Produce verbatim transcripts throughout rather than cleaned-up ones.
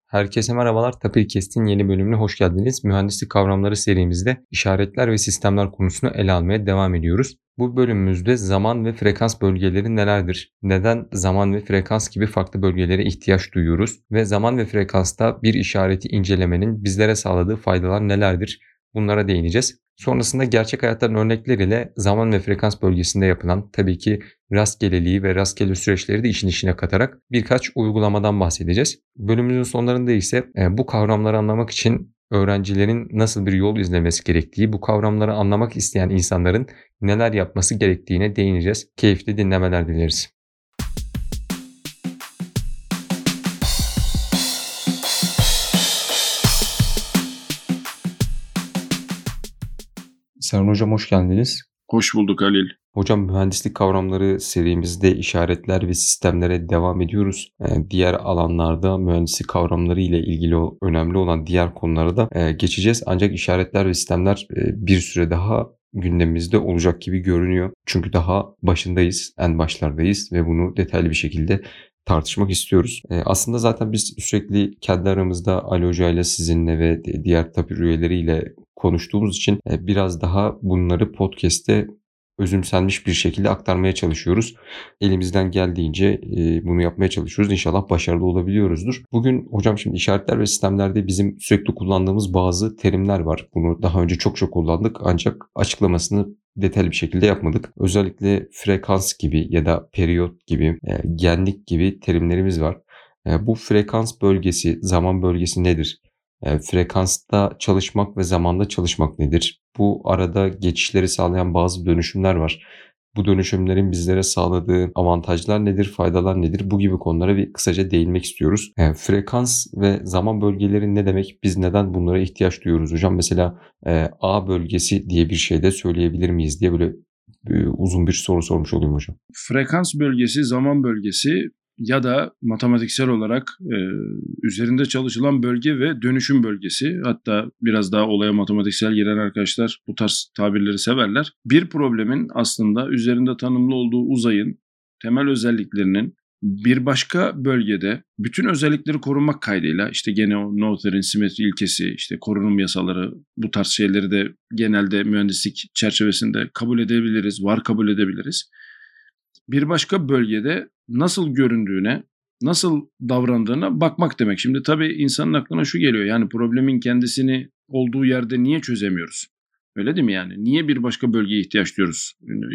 Herkese merhabalar. Tapirkest'in yeni bölümüne hoş geldiniz. Mühendislik kavramları serimizde işaretler ve sistemler konusunu ele almaya devam ediyoruz. Bu bölümümüzde zaman ve frekans bölgeleri nelerdir? Neden zaman ve frekans gibi farklı bölgelere ihtiyaç duyuyoruz? Ve zaman ve frekansta bir işareti incelemenin bizlere sağladığı faydalar nelerdir? Bunlara değineceğiz. Sonrasında gerçek hayattan örnekler ile zaman ve frekans bölgesinde yapılan tabii ki rastgeleliği ve rastgele süreçleri de işin içine katarak birkaç uygulamadan bahsedeceğiz. Bölümümüzün sonlarında ise e, bu kavramları anlamak için öğrencilerin nasıl bir yol izlemesi gerektiği, bu kavramları anlamak isteyen insanların neler yapması gerektiğine değineceğiz. Keyifli dinlemeler dileriz. Serhan Hocam hoş geldiniz. Hoş bulduk Halil. Hocam mühendislik kavramları serimizde işaretler ve sistemlere devam ediyoruz. Ee, diğer alanlarda mühendislik kavramları ile ilgili önemli olan diğer konulara da e, geçeceğiz. Ancak işaretler ve sistemler e, bir süre daha gündemimizde olacak gibi görünüyor. Çünkü daha başındayız, en başlardayız ve bunu detaylı bir şekilde tartışmak istiyoruz. E, aslında zaten biz sürekli kendi aramızda Ali Hoca ile sizinle ve diğer tapir üyeleriyle konuştuğumuz için e, biraz daha bunları podcast'te özümsenmiş bir şekilde aktarmaya çalışıyoruz. Elimizden geldiğince e, bunu yapmaya çalışıyoruz. İnşallah başarılı olabiliyoruzdur. Bugün hocam şimdi işaretler ve sistemlerde bizim sürekli kullandığımız bazı terimler var. Bunu daha önce çok çok kullandık ancak açıklamasını detaylı bir şekilde yapmadık. Özellikle frekans gibi ya da periyot gibi, e, genlik gibi terimlerimiz var. E, bu frekans bölgesi, zaman bölgesi nedir? E, frekansta çalışmak ve zamanda çalışmak nedir? Bu arada geçişleri sağlayan bazı dönüşümler var. Bu dönüşümlerin bizlere sağladığı avantajlar nedir, faydalar nedir? Bu gibi konulara bir kısaca değinmek istiyoruz. E, frekans ve zaman bölgeleri ne demek? Biz neden bunlara ihtiyaç duyuyoruz hocam? Mesela e, A bölgesi diye bir şey de söyleyebilir miyiz diye böyle e, uzun bir soru sormuş olayım hocam. Frekans bölgesi, zaman bölgesi ya da matematiksel olarak e, üzerinde çalışılan bölge ve dönüşüm bölgesi. Hatta biraz daha olaya matematiksel giren arkadaşlar bu tarz tabirleri severler. Bir problemin aslında üzerinde tanımlı olduğu uzayın temel özelliklerinin bir başka bölgede bütün özellikleri korunmak kaydıyla işte gene o Noether'in simetri ilkesi, işte korunum yasaları, bu tarz şeyleri de genelde mühendislik çerçevesinde kabul edebiliriz, var kabul edebiliriz. Bir başka bölgede nasıl göründüğüne, nasıl davrandığına bakmak demek. Şimdi tabii insanın aklına şu geliyor, yani problemin kendisini olduğu yerde niye çözemiyoruz? Öyle değil mi yani? Niye bir başka bölgeye ihtiyaç duyuyoruz?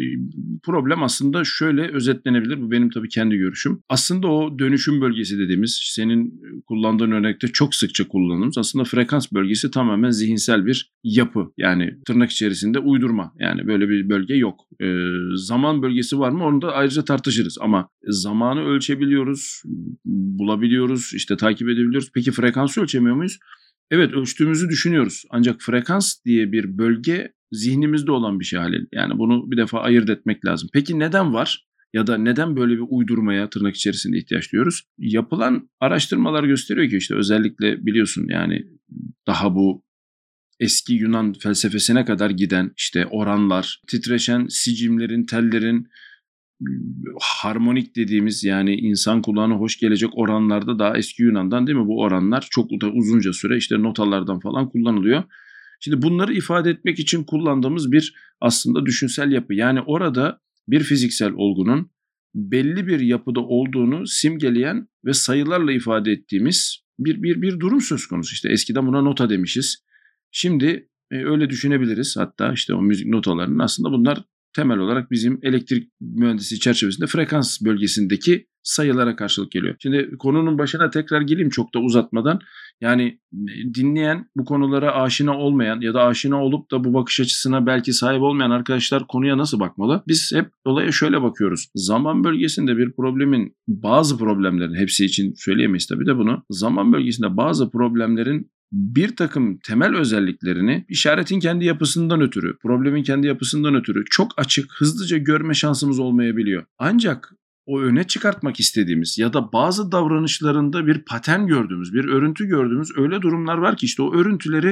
Problem aslında şöyle özetlenebilir. Bu benim tabii kendi görüşüm. Aslında o dönüşüm bölgesi dediğimiz, senin kullandığın örnekte çok sıkça kullandığımız aslında frekans bölgesi tamamen zihinsel bir yapı. Yani tırnak içerisinde uydurma. Yani böyle bir bölge yok. Ee, zaman bölgesi var mı? Onu da ayrıca tartışırız. Ama zamanı ölçebiliyoruz, bulabiliyoruz, işte takip edebiliyoruz. Peki frekansı ölçemiyor muyuz? Evet, ölçtüğümüzü düşünüyoruz. Ancak frekans diye bir bölge zihnimizde olan bir şey Halil. Yani bunu bir defa ayırt etmek lazım. Peki neden var? Ya da neden böyle bir uydurmaya tırnak içerisinde ihtiyaç duyuyoruz? Yapılan araştırmalar gösteriyor ki işte özellikle biliyorsun yani daha bu eski Yunan felsefesine kadar giden işte oranlar, titreşen sicimlerin, tellerin harmonik dediğimiz yani insan kulağına hoş gelecek oranlarda daha eski Yunan'dan değil mi? Bu oranlar çok da uzunca süre işte notalardan falan kullanılıyor. Şimdi bunları ifade etmek için kullandığımız bir aslında düşünsel yapı. Yani orada bir fiziksel olgunun belli bir yapıda olduğunu simgeleyen ve sayılarla ifade ettiğimiz bir bir bir durum söz konusu. İşte eskiden buna nota demişiz. Şimdi e, öyle düşünebiliriz. Hatta işte o müzik notalarının aslında bunlar temel olarak bizim elektrik mühendisliği çerçevesinde frekans bölgesindeki sayılara karşılık geliyor. Şimdi konunun başına tekrar geleyim çok da uzatmadan. Yani dinleyen, bu konulara aşina olmayan ya da aşina olup da bu bakış açısına belki sahip olmayan arkadaşlar konuya nasıl bakmalı? Biz hep olaya şöyle bakıyoruz. Zaman bölgesinde bir problemin, bazı problemlerin, hepsi için söyleyemeyiz tabii de bunu, zaman bölgesinde bazı problemlerin bir takım temel özelliklerini işaretin kendi yapısından ötürü, problemin kendi yapısından ötürü çok açık, hızlıca görme şansımız olmayabiliyor. Ancak o öne çıkartmak istediğimiz ya da bazı davranışlarında bir patern gördüğümüz, bir örüntü gördüğümüz öyle durumlar var ki işte o örüntüleri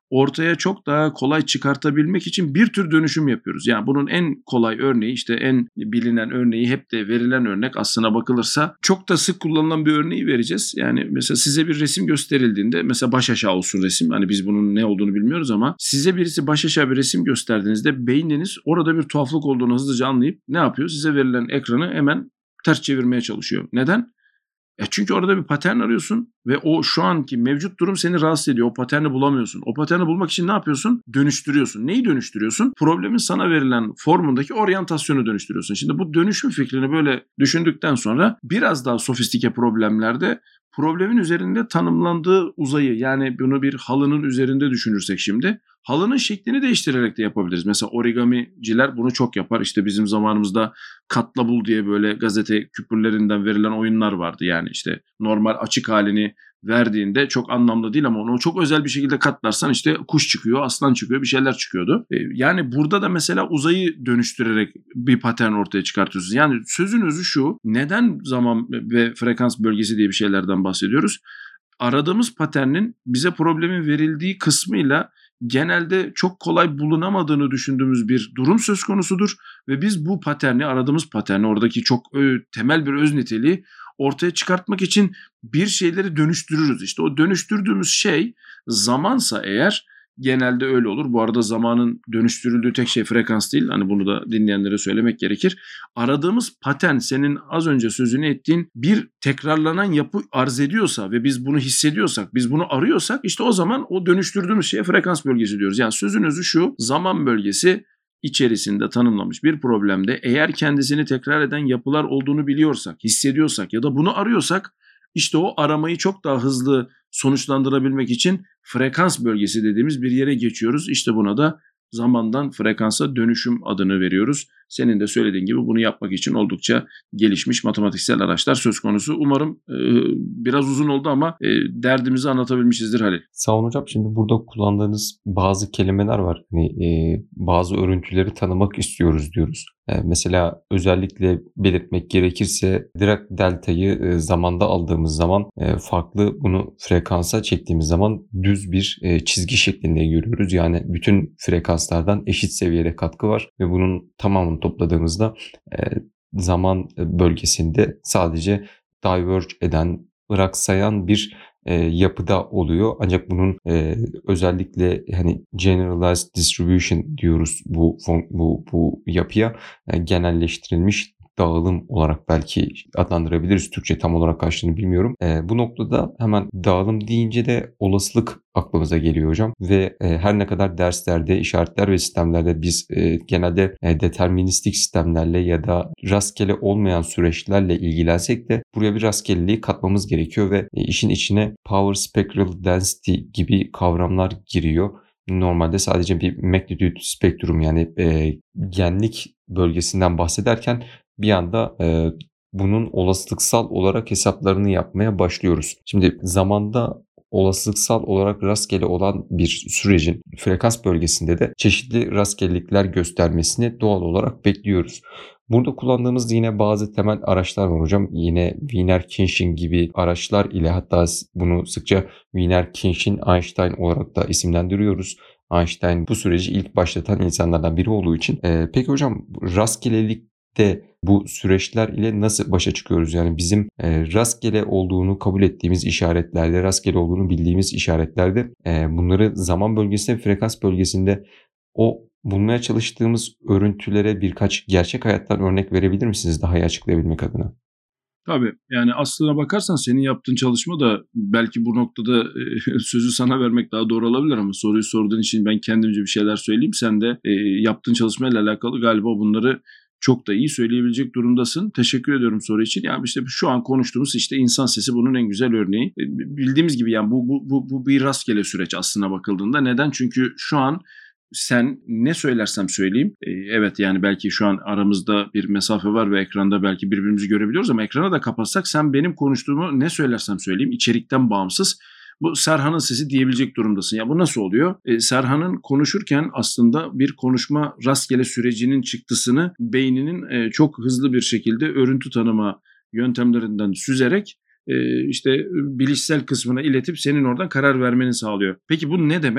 ortaya çok daha kolay çıkartabilmek için bir tür dönüşüm yapıyoruz. Yani bunun en kolay örneği, işte en bilinen örneği, hep de verilen örnek aslına bakılırsa, çok da sık kullanılan bir örneği vereceğiz. Yani mesela size bir resim gösterildiğinde, mesela baş aşağı olsun resim. Hani biz bunun ne olduğunu bilmiyoruz ama size birisi baş aşağı bir resim gösterdiğinizde beyniniz orada bir tuhaflık olduğunu hızlıca anlayıp ne yapıyor? Size verilen ekranı hemen ters çevirmeye çalışıyor. Neden? E çünkü orada bir patern arıyorsun ve o şu anki mevcut durum seni rahatsız ediyor. O paterni bulamıyorsun. O paterni bulmak için ne yapıyorsun? Dönüştürüyorsun. Neyi dönüştürüyorsun? Problemin sana verilen formundaki oryantasyonu dönüştürüyorsun. Şimdi bu dönüşüm fikrini böyle düşündükten sonra biraz daha sofistike problemlerde problemin üzerinde tanımlandığı uzayı, yani bunu bir halının üzerinde düşünürsek şimdi, halının şeklini değiştirerek de yapabiliriz. Mesela origamiciler bunu çok yapar. İşte bizim zamanımızda Katlabul diye böyle gazete küpürlerinden verilen oyunlar vardı. Yani işte normal açık halini verdiğinde çok anlamlı değil ama onu çok özel bir şekilde katlarsan işte kuş çıkıyor, aslan çıkıyor, bir şeyler çıkıyordu. E, Yani burada da mesela uzayı dönüştürerek bir patern ortaya çıkartıyorsunuz. Yani sözün özü şu: neden zaman ve frekans bölgesi diye bir şeylerden bahsediyoruz? Aradığımız paternin bize problemin verildiği kısmıyla genelde çok kolay bulunamadığını düşündüğümüz bir durum söz konusudur ve biz bu paterni, aradığımız paterni, oradaki çok ö, temel bir öz niteliği ortaya çıkartmak için bir şeyleri dönüştürürüz. İşte o dönüştürdüğümüz şey zamansa eğer, genelde öyle olur. Bu arada zamanın dönüştürüldüğü tek şey frekans değil. Hani bunu da dinleyenlere söylemek gerekir. Aradığımız patern, senin az önce sözünü ettiğin bir tekrarlanan yapı arz ediyorsa ve biz bunu hissediyorsak, biz bunu arıyorsak, işte o zaman o dönüştürdüğümüz şeye frekans bölgesi diyoruz. Yani sözün özü şu: zaman bölgesi içerisinde tanımlamış bir problemde eğer kendisini tekrar eden yapılar olduğunu biliyorsak, hissediyorsak ya da bunu arıyorsak, işte o aramayı çok daha hızlı sonuçlandırabilmek için frekans bölgesi dediğimiz bir yere geçiyoruz. İşte buna da zamandan frekansa dönüşüm adını veriyoruz. Senin de söylediğin gibi bunu yapmak için oldukça gelişmiş matematiksel araçlar söz konusu. Umarım e, biraz uzun oldu ama e, derdimizi anlatabilmişizdir Halil. Sağ olun hocam. Şimdi burada kullandığınız bazı kelimeler var. Hani, e, bazı örüntüleri tanımak istiyoruz diyoruz. E, mesela özellikle belirtmek gerekirse Dirac deltayı e, zamanda aldığımız zaman e, farklı, bunu frekansa çektiğimiz zaman düz bir e, çizgi şeklinde görüyoruz. Yani bütün frekanslardan eşit seviyede katkı var ve bunun tamamını topladığımızda e, zaman bölgesinde sadece diverge eden, ıraksayan bir e, yapıda oluyor. Ancak bunun e, özellikle hani generalized distribution diyoruz bu bu bu yapıya. Yani genelleştirilmiş dağılım olarak belki adlandırabiliriz. Türkçe tam olarak karşılığını bilmiyorum. E, bu noktada hemen dağılım deyince de olasılık aklımıza geliyor hocam ve e, her ne kadar derslerde, işaretler ve sistemlerde biz e, genelde e, deterministik sistemlerle ya da rastgele olmayan süreçlerle ilgilensek de buraya bir rastgeleliği katmamız gerekiyor ve e, işin içine power spectral density gibi kavramlar giriyor. Normalde sadece bir magnitude spektrum, yani e, genlik bölgesinden bahsederken bir anda e, bunun olasılıksal olarak hesaplarını yapmaya başlıyoruz. Şimdi zamanda olasılıksal olarak rastgele olan bir sürecin frekans bölgesinde de çeşitli rastgelelikler göstermesini doğal olarak bekliyoruz. Burada kullandığımız yine bazı temel araçlar var hocam. Yine Wiener-Kirchhoff gibi araçlar ile, hatta bunu sıkça Wiener-Kirchhoff-Einstein olarak da isimlendiriyoruz. Einstein bu süreci ilk başlatan insanlardan biri olduğu için. Ee, peki hocam, rastgelelikte bu süreçler ile nasıl başa çıkıyoruz? Yani bizim e, rastgele olduğunu kabul ettiğimiz işaretlerde, rastgele olduğunu bildiğimiz işaretlerde e, bunları zaman bölgesinde, frekans bölgesinde o bulmaya çalıştığımız örüntülere birkaç gerçek hayattan örnek verebilir misiniz daha iyi açıklayabilmek adına? Tabii, yani aslına bakarsan senin yaptığın çalışma da belki bu noktada e, sözü sana vermek daha doğru olabilir ama soruyu sorduğun için ben kendimce bir şeyler söyleyeyim. Sen de e, yaptığın çalışmayla alakalı galiba bunları çok da iyi söyleyebilecek durumdasın. Teşekkür ediyorum soru için. Yani işte şu an konuştuğumuz işte insan sesi bunun en güzel örneği. E, bildiğimiz gibi yani bu, bu, bu, bu bir rastgele süreç aslına bakıldığında. Neden? Çünkü şu an sen ne söylersem söyleyeyim, e, evet yani belki şu an aramızda bir mesafe var ve ekranda belki birbirimizi görebiliyoruz ama ekranı da kapatsak sen benim konuştuğumu ne söylersem söyleyeyim, içerikten bağımsız bu Serhan'ın sesi diyebilecek durumdasın. Ya bu nasıl oluyor? E, Serhan'ın konuşurken aslında bir konuşma rastgele sürecinin çıktısını beyninin e, çok hızlı bir şekilde örüntü tanıma yöntemlerinden süzerek e, işte bilişsel kısmına iletip senin oradan karar vermeni sağlıyor. Peki bu ne demek?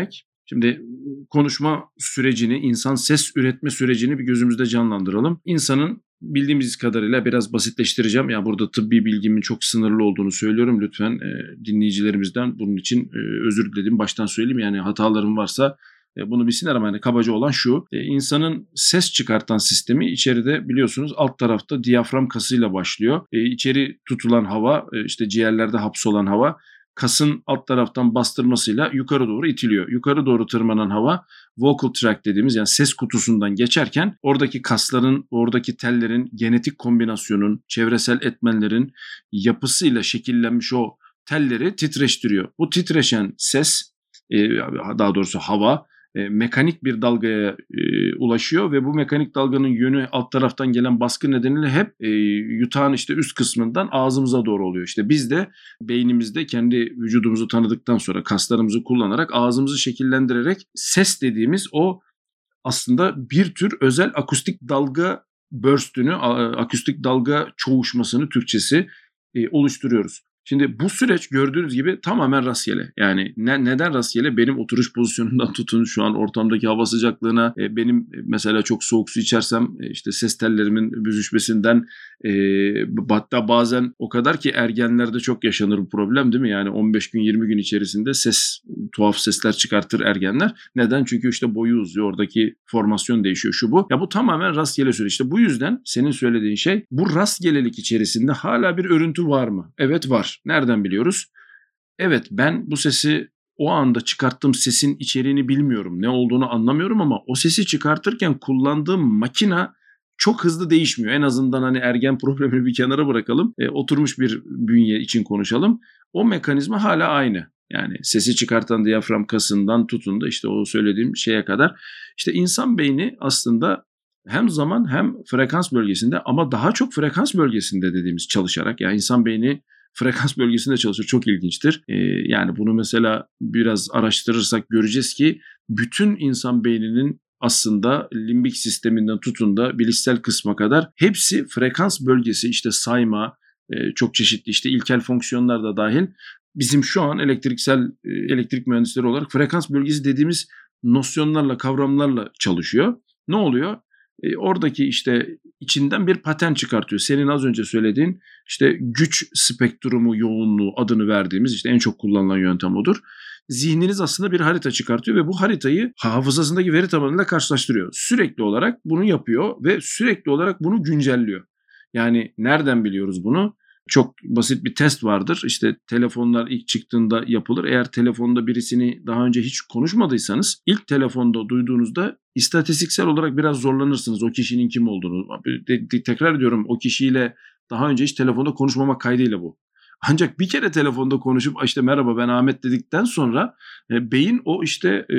Şimdi konuşma sürecini, insan ses üretme sürecini bir gözümüzde canlandıralım. İnsanın bildiğimiz kadarıyla biraz basitleştireceğim. Yani burada tıbbi bilgimin çok sınırlı olduğunu söylüyorum. Lütfen e, dinleyicilerimizden bunun için e, özür dilerim. Baştan söyleyeyim, yani hatalarım varsa e, bunu bilsinler ama yani kabaca olan şu. E, insanın ses çıkartan sistemi içeride biliyorsunuz alt tarafta diyafram kasıyla başlıyor. E, içeri tutulan hava, e, işte ciğerlerde hapsolan hava kasın alt taraftan bastırmasıyla yukarı doğru itiliyor. Yukarı doğru tırmanan hava vocal tract dediğimiz, yani ses kutusundan geçerken oradaki kasların, oradaki tellerin, genetik kombinasyonun, çevresel etmenlerin yapısıyla şekillenmiş o telleri titreştiriyor. Bu titreşen ses, e, daha doğrusu hava, e, mekanik bir dalgaya e, ulaşıyor ve bu mekanik dalganın yönü alt taraftan gelen baskı nedeniyle hep e, yutağın işte üst kısmından ağzımıza doğru oluyor. İşte biz de beynimizde kendi vücudumuzu tanıdıktan sonra kaslarımızı kullanarak ağzımızı şekillendirerek ses dediğimiz o aslında bir tür özel akustik dalga burst'ünü, akustik dalga çoğuşmasını Türkçesi e, oluşturuyoruz. Şimdi bu süreç gördüğünüz gibi tamamen rastgele. Yani ne, neden rastgele? Benim oturuş pozisyonundan tutun şu an ortamdaki hava sıcaklığına, e, benim mesela çok soğuk su içersem e, işte ses tellerimin büzüşmesinden, e, hatta bazen o kadar ki ergenlerde çok yaşanır bu problem, değil mi? Yani on beş gün yirmi gün içerisinde ses, tuhaf sesler çıkartır ergenler. Neden? Çünkü işte boyu uzuyor, oradaki formasyon değişiyor, şu bu. Ya bu tamamen rastgele süreç. İşte bu yüzden senin söylediğin şey, bu rastgelelik içerisinde hala bir örüntü var mı? Evet, var. Nereden biliyoruz? Evet, ben bu sesi o anda çıkarttığım sesin içeriğini bilmiyorum, ne olduğunu anlamıyorum ama o sesi çıkartırken kullandığım makina çok hızlı değişmiyor. En azından hani ergen problemini bir kenara bırakalım. E, oturmuş bir bünye için konuşalım. O mekanizma hala aynı. Yani sesi çıkartan diyafram kasından tutun da işte o söylediğim şeye kadar. İşte insan beyni aslında hem zaman hem frekans bölgesinde, ama daha çok frekans bölgesinde dediğimiz çalışarak, yani insan beyni frekans bölgesinde çalışır. Çok ilginçtir. Ee, yani bunu mesela biraz araştırırsak göreceğiz ki bütün insan beyninin aslında limbik sisteminden tutun da bilişsel kısma kadar hepsi frekans bölgesi, işte sayma, e, çok çeşitli işte ilkel fonksiyonlar da dahil. Bizim şu an elektriksel e, elektrik mühendisleri olarak frekans bölgesi dediğimiz nosyonlarla, kavramlarla çalışıyor. Ne oluyor? E, oradaki işte içinden bir patern çıkartıyor. Senin az önce söylediğin işte güç spektrumu yoğunluğu adını verdiğimiz işte en çok kullanılan yöntem odur. Zihniniz aslında bir harita çıkartıyor ve bu haritayı hafızasındaki veri tabanıyla karşılaştırıyor. Sürekli olarak bunu yapıyor ve sürekli olarak bunu güncelliyor. Yani nereden biliyoruz bunu? Çok basit bir test vardır. İşte telefonlar ilk çıktığında yapılır. Eğer telefonda birisini daha önce hiç konuşmadıysanız, ilk telefonda duyduğunuzda istatistiksel olarak biraz zorlanırsınız o kişinin kim olduğunu. De, de, tekrar ediyorum, o kişiyle daha önce hiç telefonda konuşmamak kaydıyla bu. Ancak bir kere telefonda konuşup işte merhaba ben Ahmet dedikten sonra e, beyin o işte e,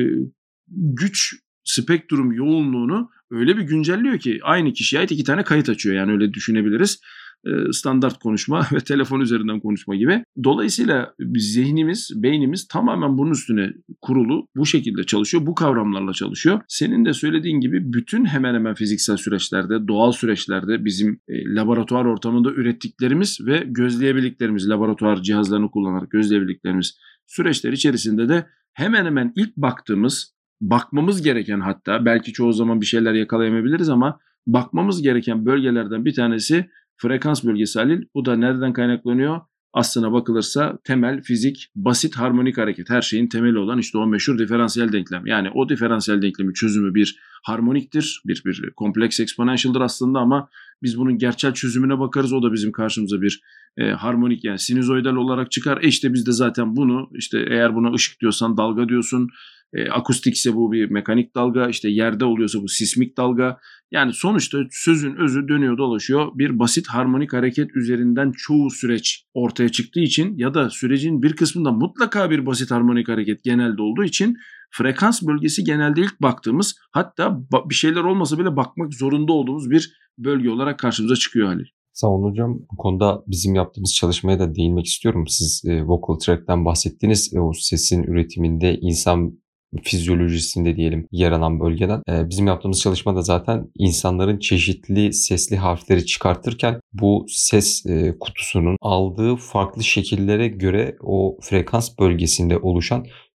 güç spektrum yoğunluğunu öyle bir güncelliyor ki aynı kişiye ait iki tane kayıt açıyor. Yani öyle düşünebiliriz. Standart konuşma ve telefon üzerinden konuşma gibi. Dolayısıyla zihnimiz, beynimiz tamamen bunun üstüne kurulu, bu şekilde çalışıyor, bu kavramlarla çalışıyor. Senin de söylediğin gibi bütün hemen hemen fiziksel süreçlerde, doğal süreçlerde bizim e, laboratuvar ortamında ürettiklerimiz ve gözleyebildiklerimiz, laboratuvar cihazlarını kullanarak gözleyebildiklerimiz süreçler içerisinde de hemen hemen ilk baktığımız, bakmamız gereken, hatta belki çoğu zaman bir şeyler yakalayamayabiliriz ama bakmamız gereken bölgelerden bir tanesi frekans bölgesi Halil. Bu da nereden kaynaklanıyor? Aslına bakılırsa temel fizik, basit harmonik hareket. Her şeyin temeli olan işte o meşhur diferansiyel denklem. Yani o diferansiyel denklemin çözümü bir harmoniktir. Bir, bir kompleks exponential'dır aslında ama biz bunun gerçel çözümüne bakarız. O da bizim karşımıza bir e, harmonik, yani sinüzoidal olarak çıkar. E işte biz de zaten bunu, işte eğer buna ışık diyorsan dalga diyorsun. E, akustikse bu bir mekanik dalga, işte yerde oluyorsa bu sismik dalga. Yani sonuçta sözün özü dönüyor dolaşıyor bir basit harmonik hareket üzerinden çoğu süreç ortaya çıktığı için ya da sürecin bir kısmında mutlaka bir basit harmonik hareket genelde olduğu için frekans bölgesi genelde ilk baktığımız, hatta bir şeyler olmasa bile bakmak zorunda olduğumuz bir bölge olarak karşımıza çıkıyor Halil. Sağ olun hocam. Bu konuda bizim yaptığımız çalışmaya da değinmek istiyorum. Siz e, vocal track'ten bahsettiniz. E, o sesin üretiminde insan fizyolojisinde diyelim yer alan bölgeden. E, bizim yaptığımız çalışmada zaten insanların çeşitli sesli harfleri çıkartırken bu ses e, kutusunun aldığı farklı şekillere göre o frekans bölgesinde oluşan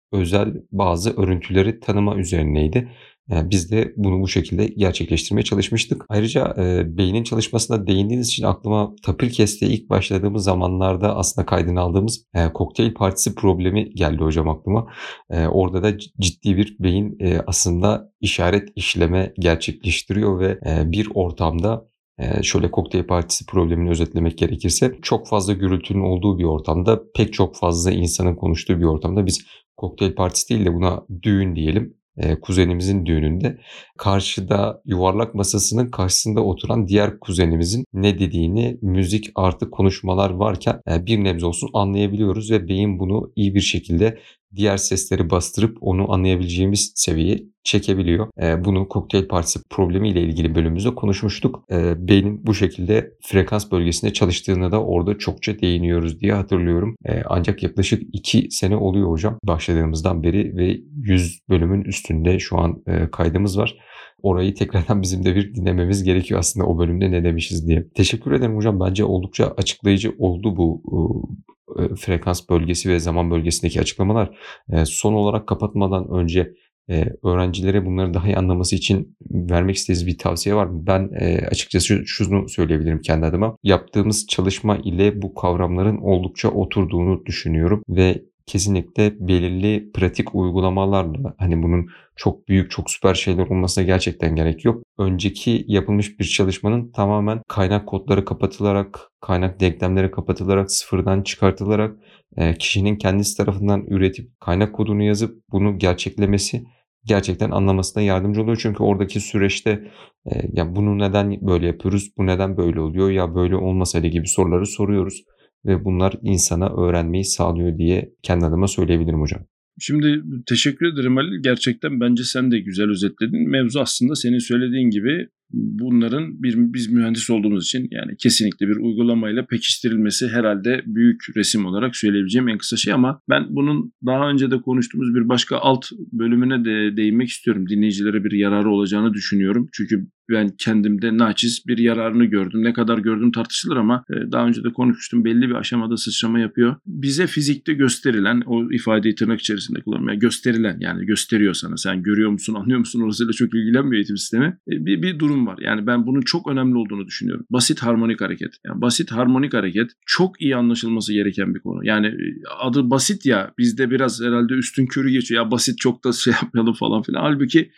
özel bazı örüntüleri tanıma üzerineydi. Eee, biz de bunu bu şekilde gerçekleştirmeye çalışmıştık. Ayrıca, eee, beynin çalışmasına değindiğiniz için aklıma Tapirkest'e ilk başladığımız zamanlarda aslında kaydını aldığımız, eee, kokteyl partisi problemi geldi hocam aklıma. Eee, orada da ci ciddi bir beyin, eee, aslında işaret işleme gerçekleştiriyor ve, eee, bir ortamda, eee, şöyle kokteyl partisi problemini özetlemek gerekirse çok fazla gürültünün olduğu bir ortamda, pek çok fazla insanın konuştuğu bir ortamda biz kokteyl partisi değil de buna düğün diyelim, eee, kuzenimizin düğününde karşıda yuvarlak masasının karşısında oturan diğer kuzenimizin ne dediğini müzik artı konuşmalar varken, eee, bir nebze olsun anlayabiliyoruz ve beyin bunu iyi bir şekilde diğer sesleri bastırıp onu anlayabileceğimiz seviyeye çekebiliyor. Eee, bunu kokteyl partisi problemiyle ilgili bölümümüzde konuşmuştuk. Eee, beynin bu şekilde frekans bölgesinde çalıştığına da orada çokça değiniyoruz diye hatırlıyorum. Eee, ancak yaklaşık iki sene oluyor hocam başladığımızdan beri ve yüz bölümün üstünde şu an, eee, kaydımız var. Orayı tekrardan bizim de bir dinlememiz gerekiyor aslında o bölümde ne demişiz diye. Teşekkür ederim hocam. Bence oldukça açıklayıcı oldu bu, uuu, eee, frekans bölgesi ve zaman bölgesindeki açıklamalar. Eee, son olarak kapatmadan önce, eee, öğrencilere bunları daha iyi anlaması için vermek istediğiniz bir tavsiye var mı? Ben, eee, açıkçası şunu söyleyebilirim kendi adıma. Yaptığımız çalışma ile bu kavramların oldukça oturduğunu düşünüyorum ve kesinlikle belirli pratik uygulamalarla, hani, bunun çok büyük, çok süper şeyler olmasına gerçekten gerek yok. Önceki yapılmış bir çalışmanın tamamen kaynak kodları kapatılarak, kaynak denklemleri kapatılarak, sıfırdan çıkartılarak, eee, kişinin kendisi tarafından üretip kaynak kodunu yazıp bunu gerçeklemesi gerçekten anlamasına yardımcı oluyor. Çünkü oradaki süreçte, eee, ya, bunu neden böyle yapıyoruz, bu neden böyle oluyor, ya, böyle olmasaydı gibi soruları soruyoruz ve bunlar insana öğrenmeyi sağlıyor diye kendi adıma söyleyebilirim hocam. Şimdi teşekkür ederim Halil. Gerçekten bence sen de güzel özetledin. Mevzu aslında senin söylediğin gibi bunların bir, biz mühendis olduğumuz için yani kesinlikle bir uygulamayla pekiştirilmesi herhalde büyük resim olarak söyleyebileceğim en kısa şey ama ben bunun daha önce de konuştuğumuz bir başka alt bölümüne de değinmek istiyorum. Dinleyicilere bir yararı olacağını düşünüyorum. Çünkü ben kendimde naçiz bir yararını gördüm. Ne kadar gördüm tartışılır ama daha önce de konuşmuştum. Belli bir aşamada sıçrama yapıyor. Bize fizikte gösterilen, o ifadeyi tırnak içerisinde kullanmaya gösterilen yani gösteriyor sana. Sen görüyor musun, anlıyor musun? Orasıyla çok ilgilenmiyor eğitim sistemi. Bir, bir durum var. Yani ben bunun çok önemli olduğunu düşünüyorum. Basit harmonik hareket. Yani basit harmonik hareket çok iyi anlaşılması gereken bir konu. Yani adı basit ya bizde biraz herhalde üstün körü geçiyor. Ya basit çok da şey yapmayalım falan filan. Halbuki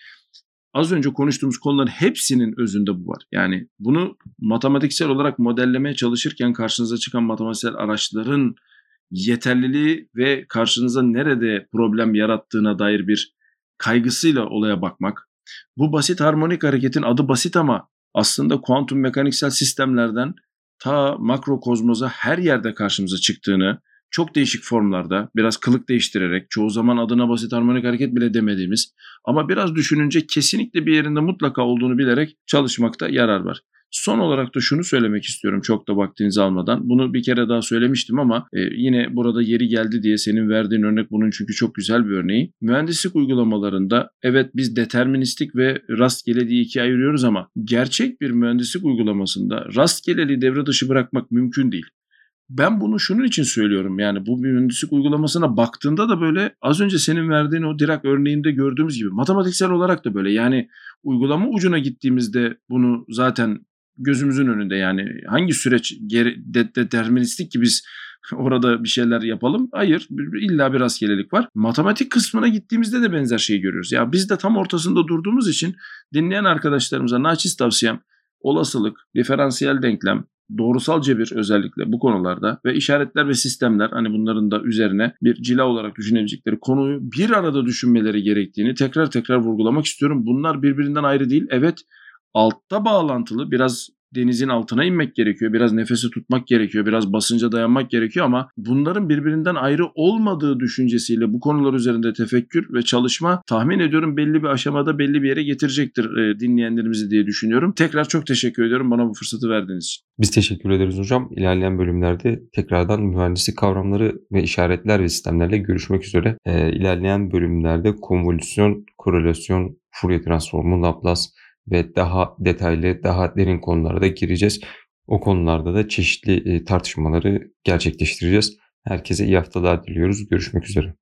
az önce konuştuğumuz konuların hepsinin özünde bu var. Yani bunu matematiksel olarak modellemeye çalışırken karşınıza çıkan matematiksel araçların yeterliliği ve karşınıza nerede problem yarattığına dair bir kaygısıyla olaya bakmak. Bu basit harmonik hareketin adı basit ama aslında kuantum mekaniksel sistemlerden ta makrokozmoza her yerde karşımıza çıktığını, çok değişik formlarda, biraz kılık değiştirerek, çoğu zaman adına basit harmonik hareket bile demediğimiz ama biraz düşününce kesinlikle bir yerinde mutlaka olduğunu bilerek çalışmakta yarar var. Son olarak da şunu söylemek istiyorum çok da vaktinizi almadan. Bunu bir kere daha söylemiştim ama e, yine burada yeri geldi diye senin verdiğin örnek bunun çünkü çok güzel bir örneği. Mühendislik uygulamalarında evet biz deterministik ve rastgele diye ikiye ayırıyoruz ama gerçek bir mühendislik uygulamasında rastgeleliği devre dışı bırakmak mümkün değil. Ben bunu şunun için söylüyorum yani bu mühendislik uygulamasına baktığında da böyle az önce senin verdiğin o Dirac örneğinde gördüğümüz gibi matematiksel olarak da böyle yani uygulama ucuna gittiğimizde bunu zaten gözümüzün önünde yani hangi süreç geri, de, deterministik ki biz orada bir şeyler yapalım? Hayır, illa bir rastgelelik var. Matematik kısmına gittiğimizde de benzer şeyi görüyoruz. Ya biz de tam ortasında durduğumuz için dinleyen arkadaşlarımıza naçiz tavsiyem olasılık, diferansiyel denklem, doğrusal cebir özellikle bu konularda ve işaretler ve sistemler hani bunların da üzerine bir cila olarak düşünebilecekleri konuyu bir arada düşünmeleri gerektiğini tekrar tekrar vurgulamak istiyorum. Bunlar birbirinden ayrı değil. Evet, altta bağlantılı biraz denizin altına inmek gerekiyor. Biraz nefesi tutmak gerekiyor. Biraz basınca dayanmak gerekiyor ama bunların birbirinden ayrı olmadığı düşüncesiyle bu konular üzerinde tefekkür ve çalışma tahmin ediyorum belli bir aşamada belli bir yere getirecektir e, dinleyenlerimizi diye düşünüyorum. Tekrar çok teşekkür ediyorum bana bu fırsatı verdiğiniz için. Biz teşekkür ederiz hocam. İlerleyen bölümlerde tekrardan mühendislik kavramları ve işaretler ve sistemlerle görüşmek üzere. Ee, ilerleyen bölümlerde konvolüsyon, korelasyon, Fourier transformu, Laplace ve daha detaylı, daha derin konulara da gireceğiz. O konularda da çeşitli tartışmaları gerçekleştireceğiz. Herkese iyi haftalar diliyoruz. Görüşmek üzere.